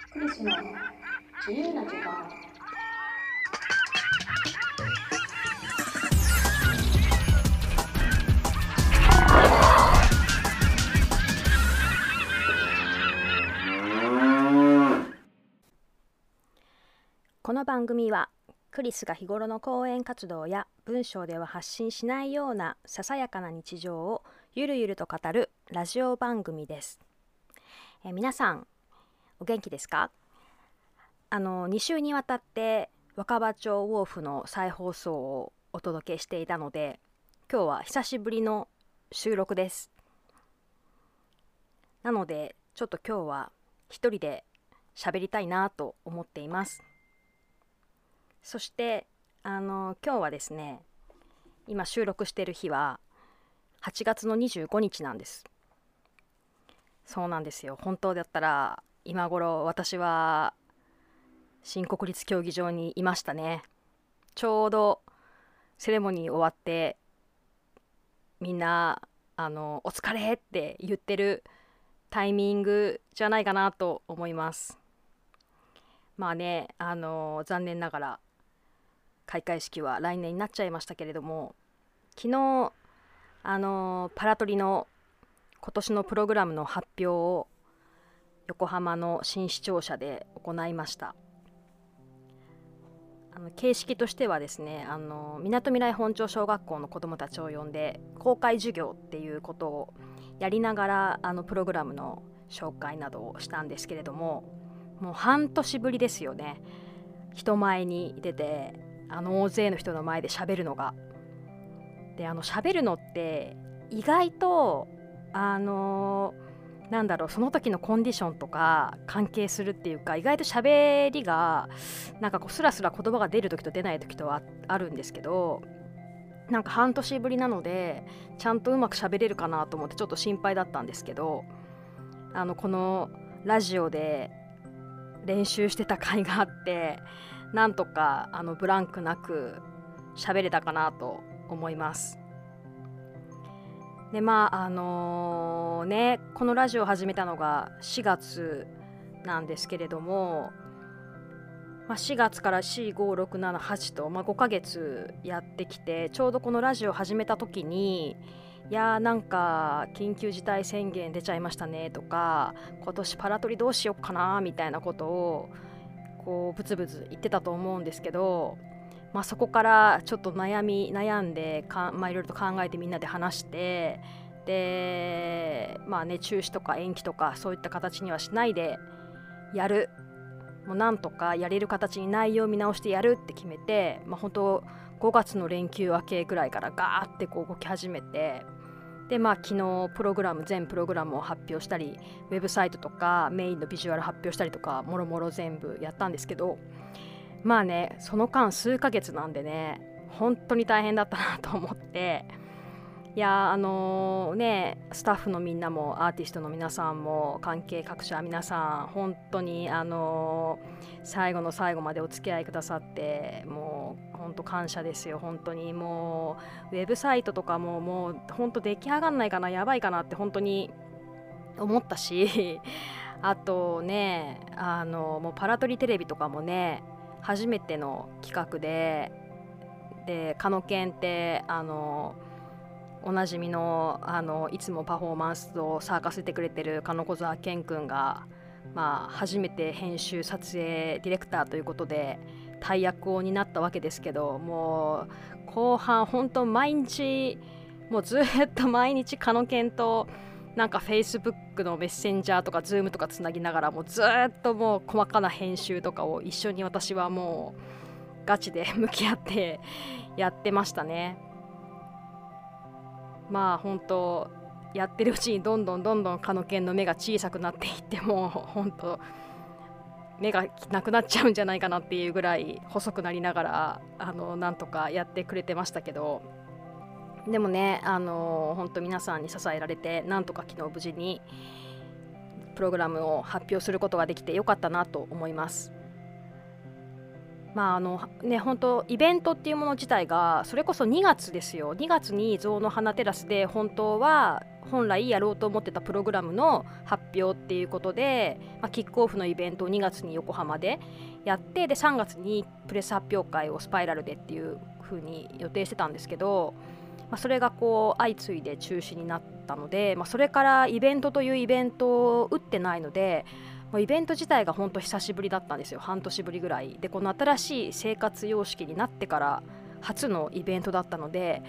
クリスの自由な時間。 この番組はクリスが日頃の講演活動や文章では発信しないようなささやかな日常をゆるゆると語るラジオ番組です。皆さんお元気ですか？2週にわたって若葉町ウォーフの再放送をお届けしていたので、今日は久しぶりの収録です。なのでちょっと今日は一人で喋りたいなと思っています。そして今日はですね、今収録している日は8月の25日なんです。そうなんですよ。本当だったら今頃私は新国立競技場にいましたね。ちょうどセレモニー終わってみんなお疲れって言ってるタイミングじゃないかなと思います。まあね、残念ながら開会式は来年になっちゃいましたけれども、昨日パラトリの今年のプログラムの発表を横浜の新市庁舎で行いました。形式としてはですね、みなとみらい本町小学校の子どもたちを呼んで公開授業っていうことをやりながらプログラムの紹介などをしたんですけれども、もう半年ぶりですよね。人前に出て大勢の人の前で喋るのが。で喋るのって意外となんだろう、その時のコンディションとか関係するっていうか、意外と喋りがなんかこうスラスラ言葉が出る時と出ない時とはあるんですけど、なんか半年ぶりなのでちゃんとうまく喋れるかなと思ってちょっと心配だったんですけど、このラジオで練習してた甲斐があって、なんとかブランクなく喋れたかなと思います。でこのラジオを始めたのが4月なんですけれども、4月から4、5、6、7、8と、5ヶ月やってきて、ちょうどこのラジオを始めた時に、いやーなんか緊急事態宣言出ちゃいましたねとか、今年パラトリどうしよっかなみたいなことをこうブツブツ言ってたと思うんですけど、そこからちょっと悩んでいろいろと考えてみんなで話して、で中止とか延期とかそういった形にはしないでやる、もうなんとかやれる形に内容を見直してやるって決めて、本当5月の連休明けぐらいからガーってこう動き始めて、で昨日全プログラムを発表したり、ウェブサイトとかメインのビジュアル発表したりとかもろもろ全部やったんですけど、その間数ヶ月なんでね、本当に大変だったなと思って、いやスタッフのみんなもアーティストの皆さんも関係各社皆さん本当に最後の最後までお付き合いくださって、もう本当感謝ですよ。本当にもうウェブサイトとかもう本当出来上がんないかな、やばいかなって本当に思ったしあとねもうパラトリテレビとかもね、初めての企画でカノケンっておなじみのいつもパフォーマンスを参加せてくれてる金子沢健くんが、初めて編集撮影ディレクターということで大役を担ったわけですけど、もう後半本当毎日もうずっと毎日カノケンとなんか Facebook のメッセンジャーとか Zoom とかつなぎながら、もうずっともう細かな編集とかを一緒に私はもうガチで向き合ってやってましたね。本当やってるうちにどんどんカノケンの目が小さくなっていって、もう本当目がなくなっちゃうんじゃないかなっていうぐらい細くなりながらなんとかやってくれてましたけど、でもね本当皆さんに支えられてなんとか昨日無事にプログラムを発表することができてよかったなと思います。本当イベントっていうもの自体がそれこそ2月ですよ。2月に象の花テラスで本当は本来やろうと思ってたプログラムの発表っていうことで、キックオフのイベントを2月に横浜でやって、で3月にプレス発表会をスパイラルでっていう風に予定してたんですけど、それがこう相次いで中止になったので、それからイベントというイベントを打ってないので、イベント自体が本当久しぶりだったんですよ。半年ぶりぐらいで、この新しい生活様式になってから初のイベントだったので、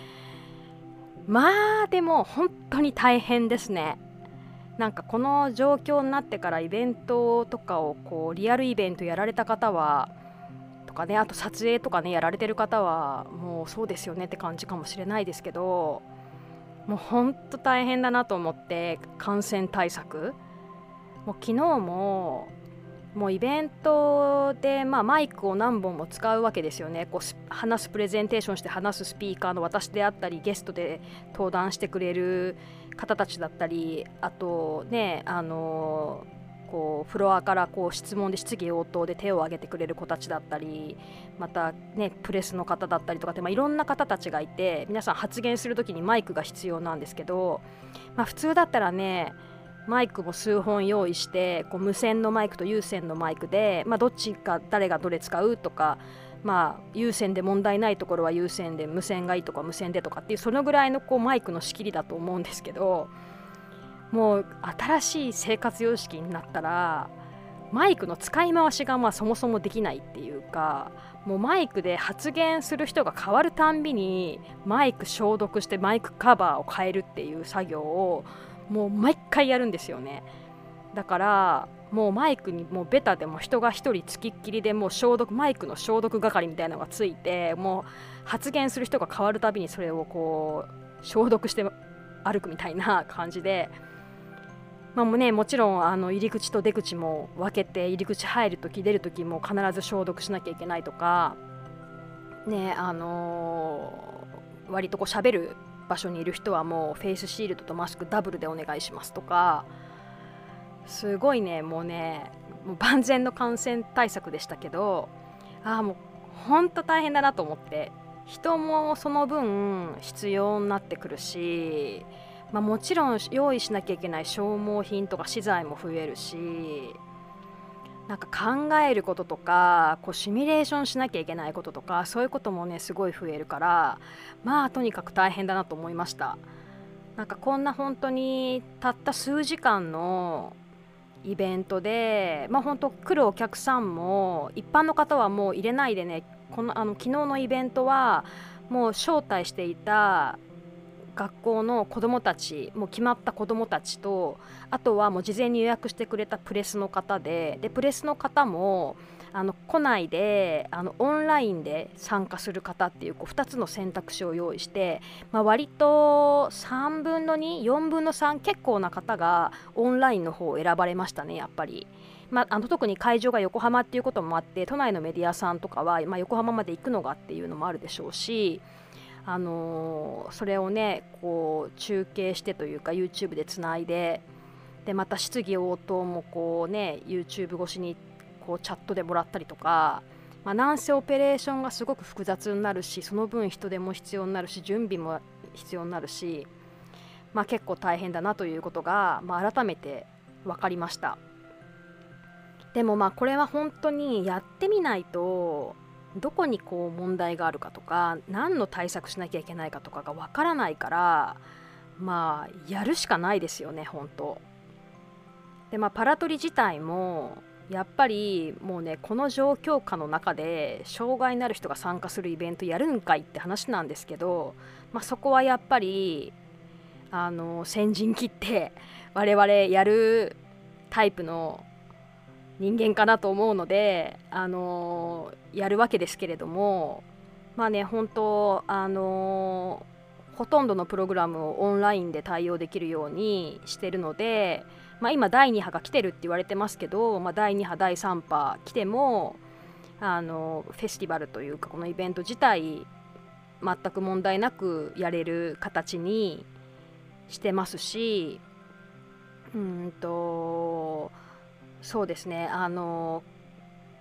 でも本当に大変ですね。なんかこの状況になってからイベントとかをこうリアルイベントやられた方はとかね、あと撮影とかねやられてる方はもうそうですよねって感じかもしれないですけど、もう本当大変だなと思って、感染対策もう昨日もうイベントで、マイクを何本も使うわけですよね。こう話すプレゼンテーションして話すスピーカーの私であったり、ゲストで登壇してくれる方たちだったり、あとねこうフロアからこう質問で質疑応答で手を挙げてくれる子たちだったり、またねプレスの方だったりとかって、いろんな方たちがいて、皆さん発言するときにマイクが必要なんですけど、普通だったらねマイクも数本用意して、こう無線のマイクと有線のマイクで、どっちか誰がどれ使うとか、有線で問題ないところは有線で、無線がいいとか無線でとかっていう、そのぐらいのこうマイクの仕切りだと思うんですけど、もう新しい生活様式になったらマイクの使い回しがそもそもできないっていうか、もうマイクで発言する人が変わるたんびにマイク消毒してマイクカバーを変えるっていう作業をもう毎回やるんですよね。だからもうマイクにもうベタでも人が一人つきっきりで、もうマイクの消毒係みたいなのがついて、もう発言する人が変わるたびにそれをこう消毒して歩くみたいな感じで、もちろん入り口と出口も分けて、入り口入るとき出るときも必ず消毒しなきゃいけないとかね、割とこう喋る場所にいる人はもうフェイスシールドとマスクダブルでお願いしますとか、すごいねもう万全の感染対策でしたけど、もうほんと大変だなと思って、人もその分必要になってくるし、もちろん用意しなきゃいけない消耗品とか資材も増えるし、なんか考えることとかこうシミュレーションしなきゃいけないこととか、そういうこともねすごい増えるから、とにかく大変だなと思いました。なんかこんな本当にたった数時間のイベントで、本当来るお客さんも一般の方はもう入れないでね、昨日のイベントはもう招待していた学校の子どもたち、もう決まった子どもたちと、あとはもう事前に予約してくれたプレスの方で、プレスの方も来ないでオンラインで参加する方っていう、2つの選択肢を用意して、割と3分の2、4分の3、結構な方がオンラインの方を選ばれましたね、やっぱり。特に会場が横浜っていうこともあって、都内のメディアさんとかは、横浜まで行くのがっていうのもあるでしょうし、それをねこう中継してというか YouTube でつないで、また質疑応答もこうね YouTube 越しにこうチャットでもらったりとか、なんせオペレーションがすごく複雑になるし、その分人手も必要になるし、準備も必要になるし、結構大変だなということが、改めて分かりました。でもこれは本当にやってみないと、どこにこう問題があるかとか、何の対策しなきゃいけないかとかがわからないから、やるしかないですよね本当で。パラトリ自体もやっぱりもうね、この状況下の中で障害のある人が参加するイベントやるんかいって話なんですけど、そこはやっぱり先陣切って我々やるタイプの人間かなと思うので、やるわけですけれども、本当ほとんどのプログラムをオンラインで対応できるようにしてるので、今第2波が来てるって言われてますけど、第2波第3波来てもフェスティバルというかこのイベント自体全く問題なくやれる形にしてますし、そうですね、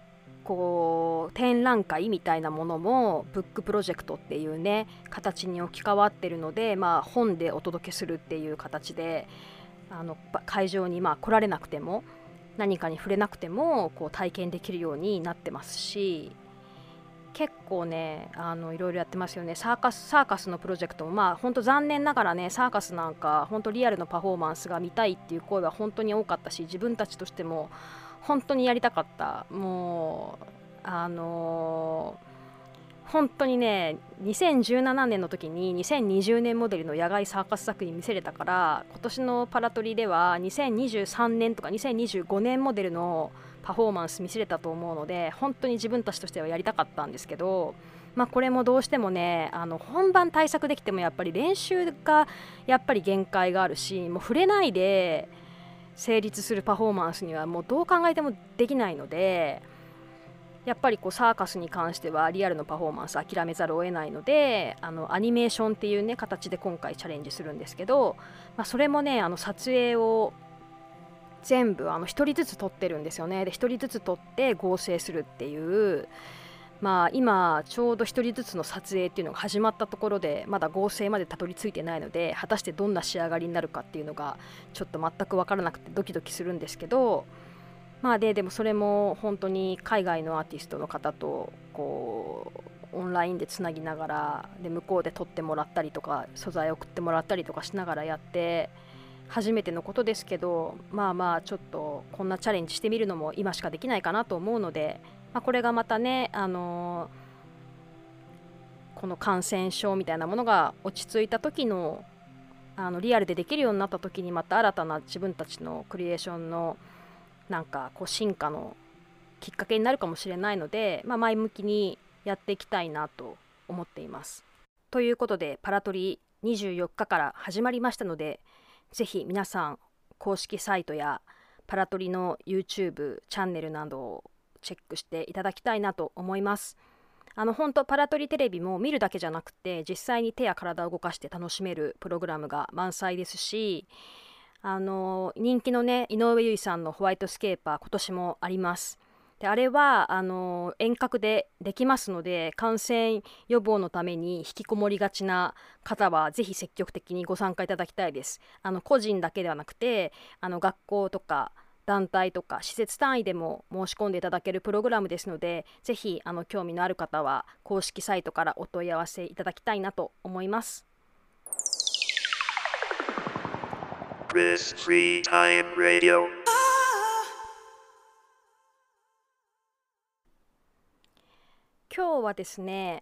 こう展覧会みたいなものもブックプロジェクトっていうね形に置き換わってるので、本でお届けするっていう形で会場に来られなくても何かに触れなくてもこう体験できるようになってますし、結構ねいろいろやってますよね。サーカスのプロジェクトも本当残念ながらね、サーカスなんか本当リアルのパフォーマンスが見たいっていう声は本当に多かったし、自分たちとしても本当にやりたかった。もう本当にね、2017年の時に2020年モデルの野外サーカス作品見せれたから、今年のパラトリでは2023年とか2025年モデルのパフォーマンス見せれたと思うので、本当に自分たちとしてはやりたかったんですけど、これもどうしてもね本番対策できてもやっぱり練習がやっぱり限界があるし、もう触れないで成立するパフォーマンスにはもうどう考えてもできないので、やっぱりこうサーカスに関してはリアルのパフォーマンス諦めざるを得ないので、アニメーションっていうね形で今回チャレンジするんですけど、それもね撮影を全部1人ずつ撮ってるんですよね。で1人ずつ撮って合成するっていう、今ちょうど1人ずつの撮影っていうのが始まったところで、まだ合成までたどり着いてないので、果たしてどんな仕上がりになるかっていうのがちょっと全く分からなくてドキドキするんですけど、でもそれも本当に海外のアーティストの方とこうオンラインでつなぎながら、で向こうで撮ってもらったりとか素材送ってもらったりとかしながらやって、初めてのことですけど、ちょっとこんなチャレンジしてみるのも今しかできないかなと思うので、これがまたねこの感染症みたいなものが落ち着いた時のリアルでできるようになった時に、また新たな自分たちのクリエーションのなんかこう進化のきっかけになるかもしれないので、前向きにやっていきたいなと思っています。ということでパラトリ24日から始まりましたので、ぜひ皆さん公式サイトやパラトリの YouTube チャンネルなどをチェックしていただきたいなと思います。本当パラトリテレビも見るだけじゃなくて、実際に手や体を動かして楽しめるプログラムが満載ですし、人気のね井上由依さんのホワイトスケーパー今年もあります。であれは遠隔でできますので、感染予防のために引きこもりがちな方はぜひ積極的にご参加いただきたいです。個人だけではなくて学校とか団体とか施設単位でも申し込んでいただけるプログラムですので、ぜひ興味のある方は公式サイトからお問い合わせいただきたいなと思います。 Chris Free Time Radio。 今日はですね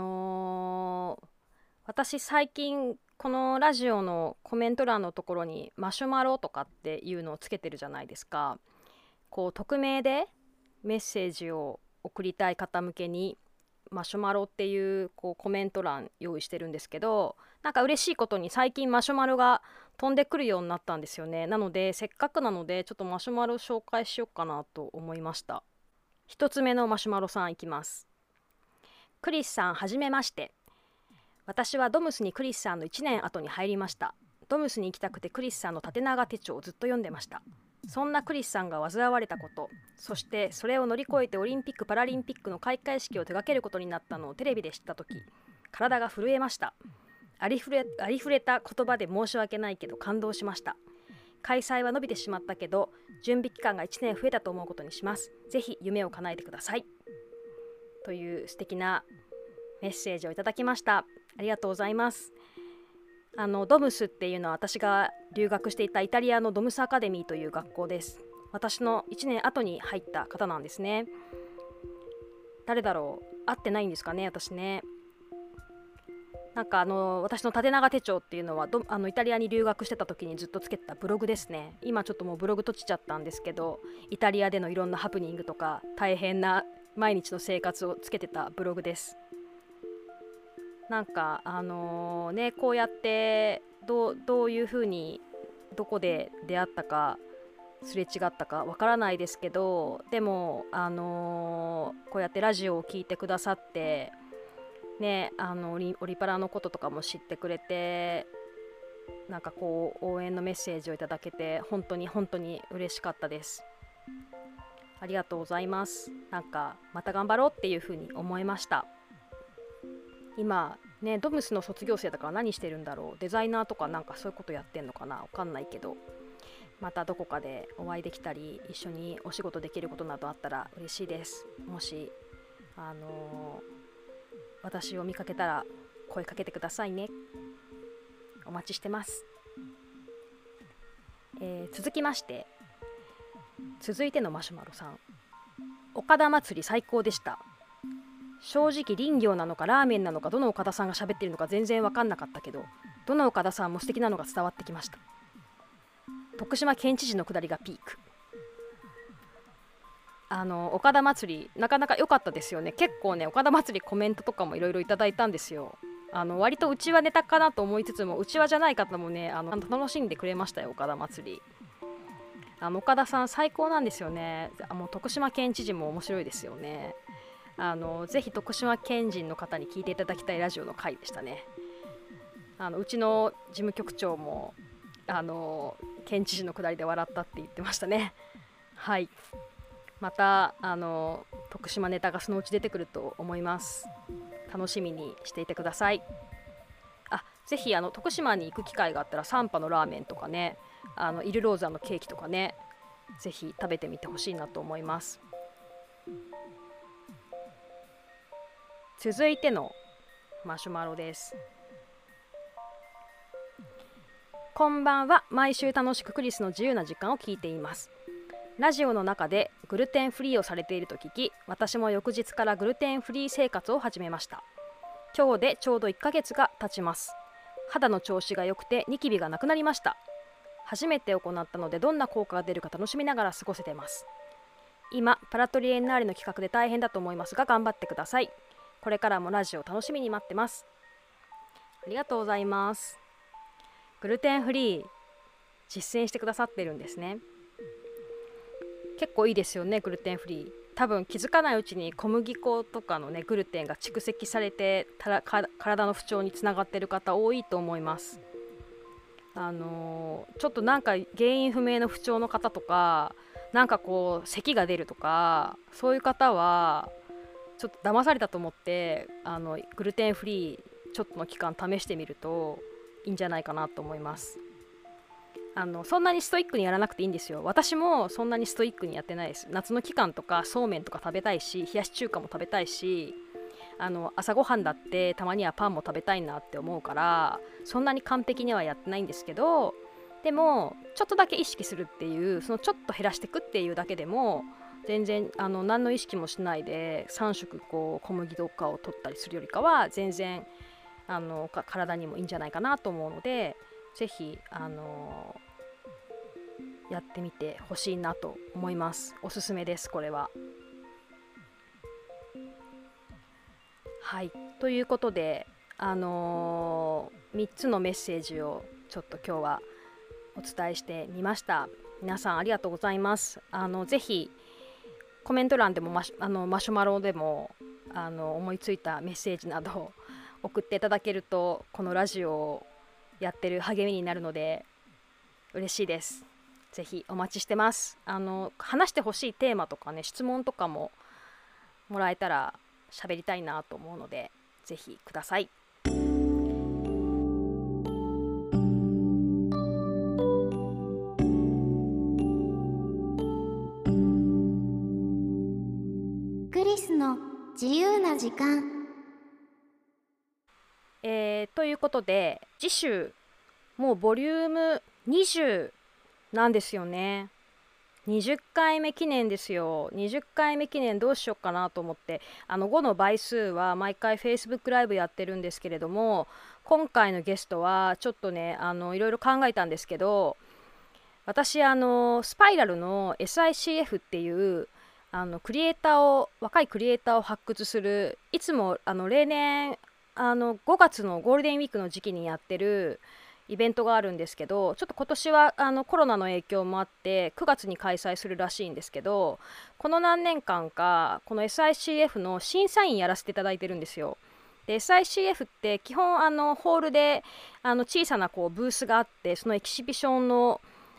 私最近このラジオのコメント欄のところにマシュマロとかっていうのをつけてるじゃないですか。こう匿名でメッセージを送りたい方向けにマシュマロっていうこうコメント欄用意してるんですけど、なんか嬉しいことに最近マシュマロが飛んでくるようになったんですよね。なのでせっかくなのでちょっとマシュマロ紹介しようかなと思いました。一つ目のマシュマロさんいきます。クリスさんはじめまして。私はドムスにクリスさんの1年後に入りました。ドムスに行きたくてクリスさんの縦長手帳をずっと読んでました。そんなクリスさんが患われたこと、そしてそれを乗り越えてオリンピック・パラリンピックの開会式を手掛けることになったのをテレビで知ったとき、体が震えました。ありふれた言葉で申し訳ないけど感動しました。開催は伸びてしまったけど準備期間が1年増えたと思うことにします。ぜひ夢を叶えてください。という素敵なメッセージをいただきました。ありがとうございます。ドムスっていうのは私が留学していたイタリアのドムスアカデミーという学校です。私の1年後に入った方なんですね。誰だろう、会ってないんですかね、私ね。なんか私の縦長手帳っていうのはイタリアに留学してた時にずっとつけてたブログですね。今ちょっともうブログ閉じちゃったんですけど、イタリアでのいろんなハプニングとか大変な毎日の生活をつけてたブログです。なんかこうやってどういうふうにどこで出会ったかすれ違ったかわからないですけど、でもこうやってラジオを聞いてくださってね、オリパラのこととかも知ってくれて、なんかこう応援のメッセージをいただけて本当に嬉しかったです。 ありがとうございます。なんかまた頑張ろうっていう風に思いました。今ね、ドムスの卒業生だから何してるんだろう。デザイナーとかなんかそういうことやってんのかな、わかんないけど、またどこかでお会いできたり一緒にお仕事できることなどあったら嬉しいです。もし私を見かけたら声かけてくださいね。お待ちしてます。続きまして、続いてのマシュマロさん、岡田祭り最高でした。正直林業なのかラーメンなのかどの岡田さんが喋ってるのか全然分かんなかったけど、どの岡田さんも素敵なのが伝わってきました。徳島県知事の下りがピーク。岡田祭りなかなか良かったですよね。結構ね、岡田祭りコメントとかもいろいろいただいたんですよ。割とうちわネタかなと思いつつも、うちわじゃない方もね楽しんでくれましたよ。岡田祭り、岡田さん最高なんですよね。もう徳島県知事も面白いですよね。ぜひ徳島県人の方に聞いていただきたいラジオの回でしたね。うちの事務局長も県知事のくだりで笑ったって言ってましたね。はい、また徳島ネタがそのうち出てくると思います。楽しみにしていてください。ぜひ徳島に行く機会があったらサンパのラーメンとかね、イルローザのケーキとかね、ぜひ食べてみてほしいなと思います。続いてのマシュマロです。こんばんは。毎週楽しくクリスの自由な時間を聞いています。ラジオの中でグルテンフリーをされていると聞き、私も翌日からグルテンフリー生活を始めました。今日でちょうど1ヶ月が経ちます。肌の調子が良くてニキビがなくなりました。初めて行ったのでどんな効果が出るか楽しみながら過ごせてます。今パラトリエンナーレの企画で大変だと思いますが頑張ってください。これからもラジオ楽しみに待ってます。ありがとうございます。グルテンフリー実践してくださってるんですね。結構いいですよね、グルテンフリー。多分気づかないうちに小麦粉とかのねグルテンが蓄積されて体の不調につながってる方多いと思います。ちょっとなんか原因不明の不調の方とか、なんかこう咳が出るとか、そういう方はちょっと騙されたと思ってグルテンフリーちょっとの期間試してみるといいんじゃないかなと思います。そんなにストイックにやらなくていいんですよ。私もそんなにストイックにやってないです。夏の期間とかそうめんとか食べたいし、冷やし中華も食べたいし、朝ごはんだってたまにはパンも食べたいなって思うから、そんなに完璧にはやってないんですけど、でもちょっとだけ意識するっていう、そのちょっと減らしていくっていうだけでも全然何の意識もしないで3食こう小麦とかを取ったりするよりかは全然体にもいいんじゃないかなと思うので、ぜひやってみてほしいなと思います。おすすめです、これは。はい、ということで3つのメッセージをちょっと今日はお伝えしてみました。皆さんありがとうございます。ぜひコメント欄でもマシュマロでも思いついたメッセージなどを送っていただけると、このラジオをやってる励みになるので嬉しいです。ぜひお待ちしてます。話してほしいテーマとかね、質問とかももらえたら喋りたいなと思うので、ぜひください。 クリスの自由な時間。 ということで次週もうボリューム20なんですよね。20回目記念ですよ。20回目記念どうしようかなと思って、5の倍数は毎回 Facebook ライブやってるんですけれども、今回のゲストはちょっとねいろいろ考えたんですけど、私スパイラルの SICF っていう若いクリエイターを発掘する、いつも例年5月のゴールデンウィークの時期にやってるイベントがあるんですけど、ちょっと今年はコロナの影響もあって9月に開催するらしいんですけど、この何年間かこの SICF の審査員やらせていただいてるんですよ。で SICF って基本ホールで小さなこうブースがあって、そのエキシビションの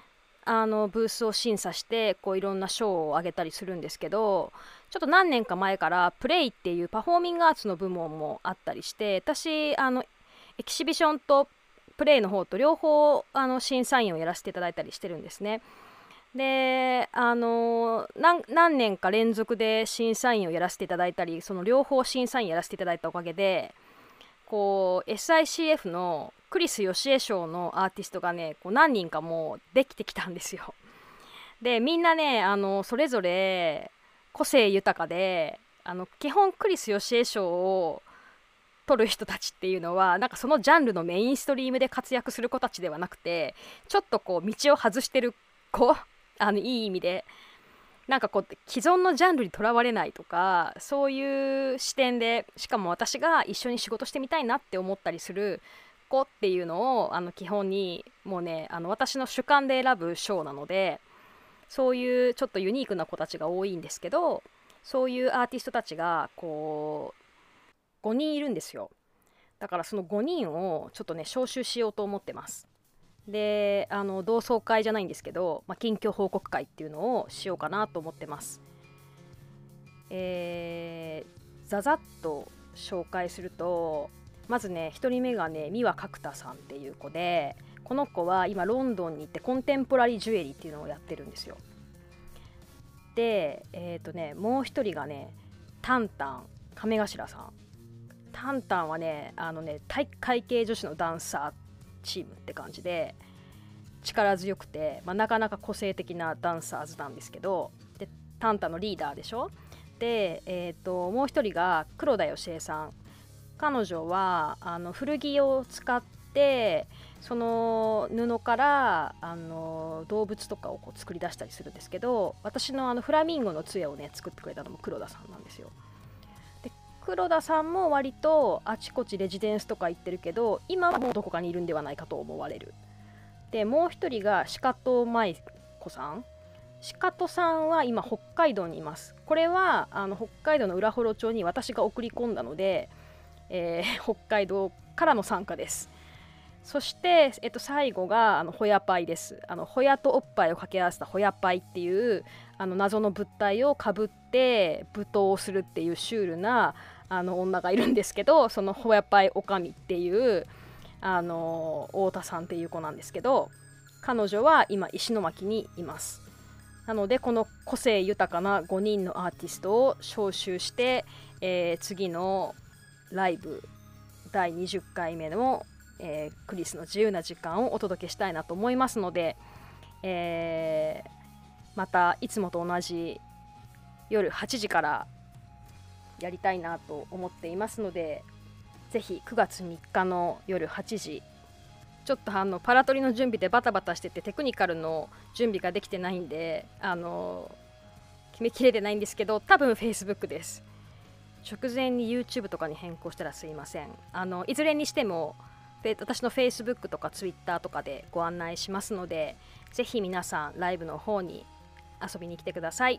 ブースを審査してこういろんな賞をあげたりするんですけど、ちょっと何年か前からプレイっていうパフォーミングアーツの部門もあったりして、私エキシビションとプレイの方と両方審査員をやらせていただいたりしてるんですね。で何年か連続で審査員をやらせていただいたり、その両方審査員やらせていただいたおかげでこう SICF のクリス・ヨシエ賞のアーティストがねこう何人かもうできてきたんですよ。でみんなねそれぞれ個性豊かで基本クリス・ヨシエ賞を取る人たちっていうのはなんかそのジャンルのメインストリームで活躍する子たちではなくて、ちょっとこう道を外してる子、いい意味でなんかこう既存のジャンルにとらわれないとか、そういう視点で、しかも私が一緒に仕事してみたいなって思ったりする子っていうのを基本にもうね私の主観で選ぶ賞なので、そういうちょっとユニークな子たちが多いんですけど、そういうアーティストたちがこう5人いるんですよ。だからその5人をちょっとね招集しようと思ってます。で同窓会じゃないんですけど、近況報告会っていうのをしようかなと思ってます。ざざっと紹介すると、まずね1人目がね三輪角太さんっていう子で、この子は今ロンドンに行ってコンテンポラリージュエリーっていうのをやってるんですよ。でもう一人がねタンタン亀頭さん。タンタンはね体育会系女子のダンサーチームって感じで力強くて、なかなか個性的なダンサーズなんですけど、でタンタンのリーダーでしょ。で、もう一人が黒田芳恵さん。彼女は古着を使ってその布から動物とかをこう作り出したりするんですけど、私のフラミンゴの杖をね作ってくれたのも黒田さんなんですよ。で黒田さんも割とあちこちレジデンスとか行ってるけど、今はもうどこかにいるんではないかと思われる。でもう一人が鹿戸舞子さん。鹿戸さんは今北海道にいます。これは北海道の浦幌町に私が送り込んだので、北海道からの参加です。そして、最後がホヤパイです。ホヤとおっぱいを掛け合わせたホヤパイっていう謎の物体をかぶって舞踏をするっていうシュールな女がいるんですけど、そのホヤパイおかみっていう太田さんっていう子なんですけど、彼女は今石巻にいます。なのでこの個性豊かな5人のアーティストを招集して、次のライブ第20回目の、クリスの自由な時間をお届けしたいなと思いますので、またいつもと同じ夜8時からやりたいなと思っていますので、ぜひ9月3日の夜8時、ちょっとパラトリの準備でバタバタしててテクニカルの準備ができてないんで決めきれてないんですけど、多分 Facebook です。直前に YouTube とかに変更したらすいません。いずれにしても私の Facebook とか Twitter とかでご案内しますので、ぜひ皆さんライブの方に遊びに来てください。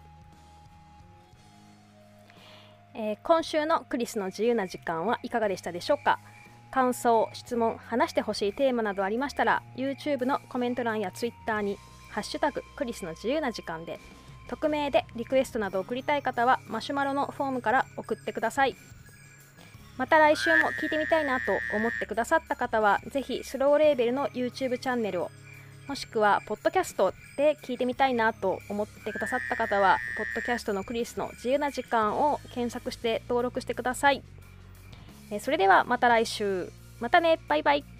今週のクリスの自由な時間はいかがでしたでしょうか。感想、質問、話してほしいテーマなどありましたら YouTube のコメント欄や Twitter にハッシュタグクリスの自由な時間で、匿名でリクエストなど送りたい方はマシュマロのフォームから送ってください。また来週も聞いてみたいなと思ってくださった方はぜひスローレーベルの YouTube チャンネルを、もしくはポッドキャストで聞いてみたいなと思ってくださった方はポッドキャストのクリスの自由な時間を検索して登録してください。それではまた来週。またね。バイバイ。